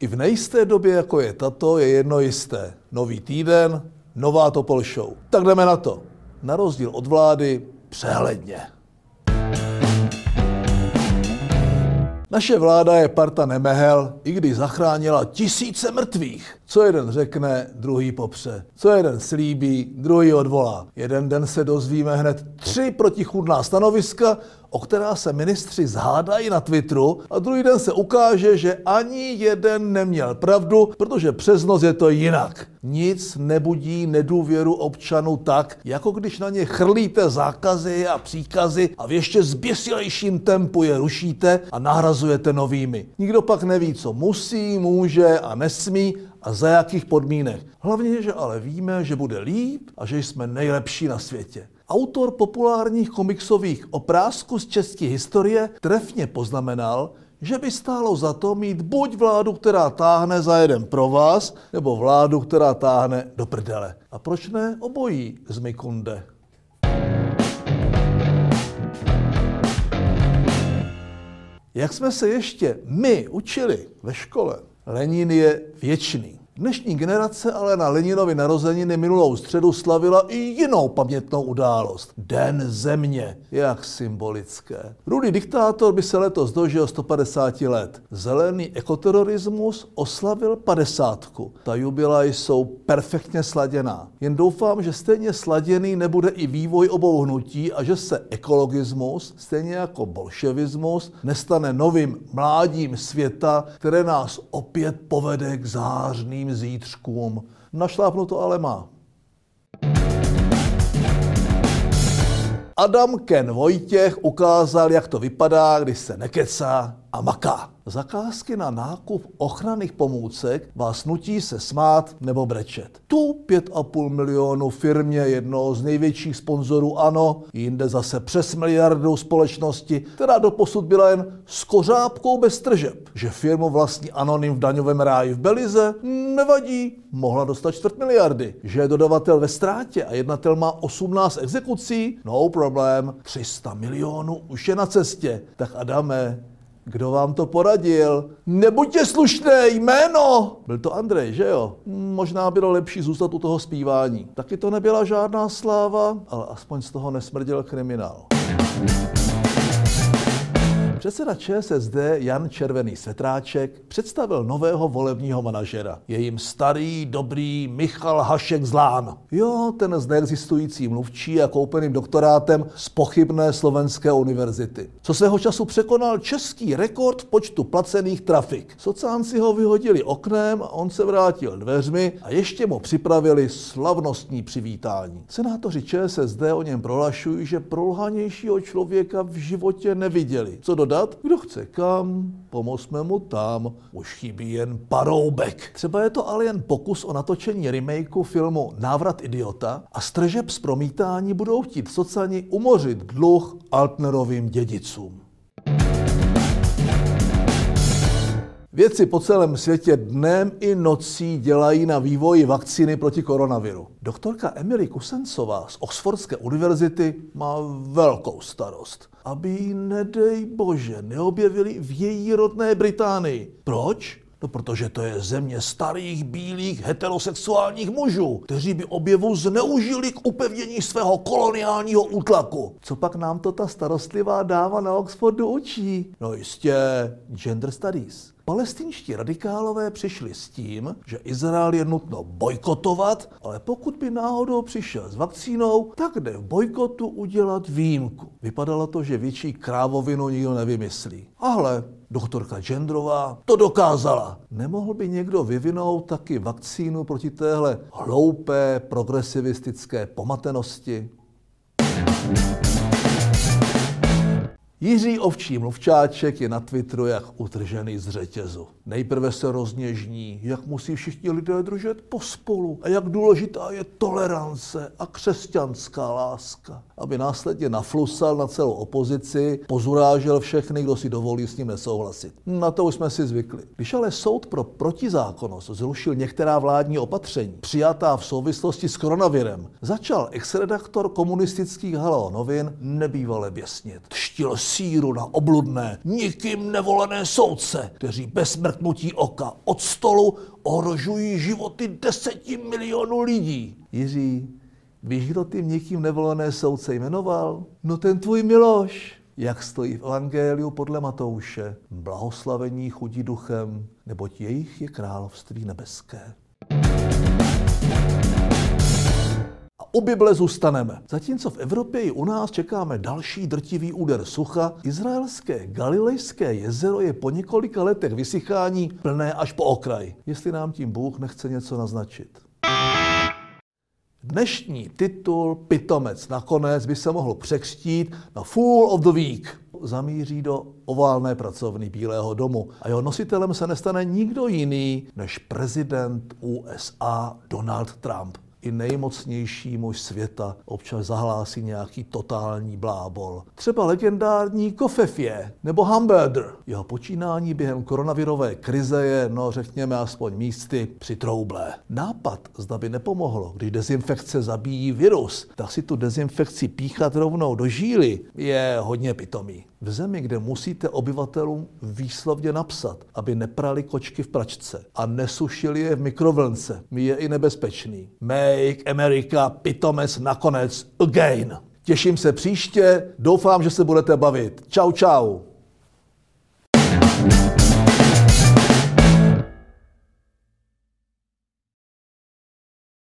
I v nejisté době, jako je tato, je jedno jisté. Nový týden, nová Topol Show. Tak jdeme na to. Na rozdíl od vlády přehledně. Naše vláda je parta nemehel, i když zachránila tisíce mrtvých. Co jeden řekne, druhý popře. Co jeden slíbí, druhý odvolá. Jeden den se dozvíme hned 3 protichůdná stanoviska, o která se ministři zhádají na Twitteru, a druhý den se ukáže, že ani jeden neměl pravdu, protože přes noc je to jinak. Nic nebudí nedůvěru občanů tak, jako když na ně chrlíte zákazy a příkazy a v ještě zběsilejším tempu je rušíte a nahrazujete novými. Nikdo pak neví, co musí, může a nesmí a za jakých podmínek. Hlavně, že ale víme, že bude líp a že jsme nejlepší na světě. Autor populárních komiksových oprázků z české historie trefně poznamenal, že by stálo za to mít buď vládu, která táhne za jeden pro vás, nebo vládu, která táhne do prdele. A proč ne obojí, Zmikunde? Jak jsme se ještě my učili ve škole, Lenin je věčný. Dnešní generace ale na Leninovy narozeniny minulou středu slavila i jinou pamětnou událost. Den země. Jak symbolické. Rudý diktátor by se letos dožil 150 let. Zelený ekoterorismus oslavil 50. Ta jubilea jsou perfektně sladěná. Jen doufám, že stejně sladěný nebude i vývoj obou hnutí a že se ekologismus, stejně jako bolševismus, nestane novým mládím světa, které nás opět povede k zářným zítřkům. Našlápnuto ale má. Adam Ken Vojtěch ukázal, jak to vypadá, když se nekecá a maká. Zakázky na nákup ochranných pomůcek vás nutí se smát nebo brečet. Tu 5,5 milionu firmě jednoho z největších sponzorů ANO, jinde zase přes miliardu společnosti, která doposud byla jen skořápkou bez tržeb. Že firmu vlastní anonym v daňovém ráji v Belize, nevadí, mohla dostat 250 miliony. Že je dodavatel ve ztrátě a jednatel má 18 exekucí, no problém, 300 milionů už je na cestě. Tak Adame, kdo vám to poradil? Nebuďte slušné, jméno! Byl to Andrej, že jo? Možná bylo lepší zůstat u toho zpívání. Taky to nebyla žádná sláva, ale aspoň z toho nesmrděl kriminál. Předseda ČSSD Jan Červený Svetráček představil nového volebního manažera. Je jim starý, dobrý Michal Hašek z Lán. Jo, ten s neexistující mluvčí a koupeným doktorátem z pochybné slovenské univerzity. Co svého času překonal český rekord v počtu placených trafik. Socánci ho vyhodili oknem a on se vrátil dveřmi a ještě mu připravili slavnostní přivítání. Senátoři ČSSD o něm prohlašují, že prolhanějšího člověka v životě neviděli. Co dodat? Kdo chce kam, pomozme mu tam, už chybí jen paroubek. Třeba je to ale jen pokus o natočení remakeu filmu Návrat idiota a z tržeb z promítání budou chtít socani umořit dluh Altnerovým dědicům. Vědci po celém světě dnem i nocí dělají na vývoji vakcíny proti koronaviru. Doktorka Emily Kusencová z Oxfordské univerzity má velkou starost, aby ji, nedej bože, neobjevili v její rodné Británii. Proč? No, protože to je země starých, bílých, heterosexuálních mužů, kteří by objevu zneužili k upevnění svého koloniálního útlaku. Co pak nám to ta starostlivá dáma na Oxfordu učí? No jistě, gender studies. Palestinští radikálové přišli s tím, že Izrael je nutno bojkotovat, ale pokud by náhodou přišel s vakcínou, tak jde v bojkotu udělat výjimku. Vypadalo to, že větší krávovinu nikdo nevymyslí. Ale doktorka Gendrová to dokázala. Nemohl by někdo vyvinout taky vakcínu proti téhle hloupé, progresivistické pomatenosti? Jiří Ovčí Mluvčáček je na Twitteru jak utržený z řetězu. Nejprve se rozněžní, jak musí všichni lidé držet pospolu a jak důležitá je tolerance a křesťanská láska. Aby následně naflusal na celou opozici, pozurážel všechny, kdo si dovolí s ním nesouhlasit. Na to už jsme si zvykli. Když ale soud pro protizákonnost zrušil některá vládní opatření, přijatá v souvislosti s koronavirem, začal ex-redaktor komunistických Haló novin nebývale běsnit. Štil síru na obludné, nikým nevolené soudce, kteří bez mrknutí oka od stolu ohrožují životy 10 milionů lidí. Jiří, víš, kdo ty nikým nevolené soudce jmenoval? No ten tvůj Miloš. Jak stojí v evangeliu podle Matouše, blahoslavení chudí duchem, neboť jejich je království nebeské. A u Bible zůstaneme. Zatímco v Evropě i u nás čekáme další drtivý úder sucha, izraelské Galilejské jezero je po několika letech vysychání plné až po okraj, jestli nám tím Bůh nechce něco naznačit. Dnešní titul Pitomec nakonec by se mohl překřtít na Fool of the Week. Zamíří do oválné pracovny Bílého domu a jeho nositelem se nestane nikdo jiný než prezident USA Donald Trump. I nejmocnější muž světa občas zahlásí nějaký totální blábol. Třeba legendární Kofefje nebo Hamburger. Jeho počínání během koronavirové krize je, řekněme aspoň místy, přitroublé. Nápad, zda by nepomohlo, když dezinfekce zabíjí virus, tak si tu dezinfekci píchat rovnou do žíly, je hodně pitomý. V zemi, kde musíte obyvatelům výslovně napsat, aby neprali kočky v pračce a nesušili je v mikrovlnce, je i nebezpečný. Make America pitomec nakonec again. Těším se příště, doufám, že se budete bavit. Čau, čau.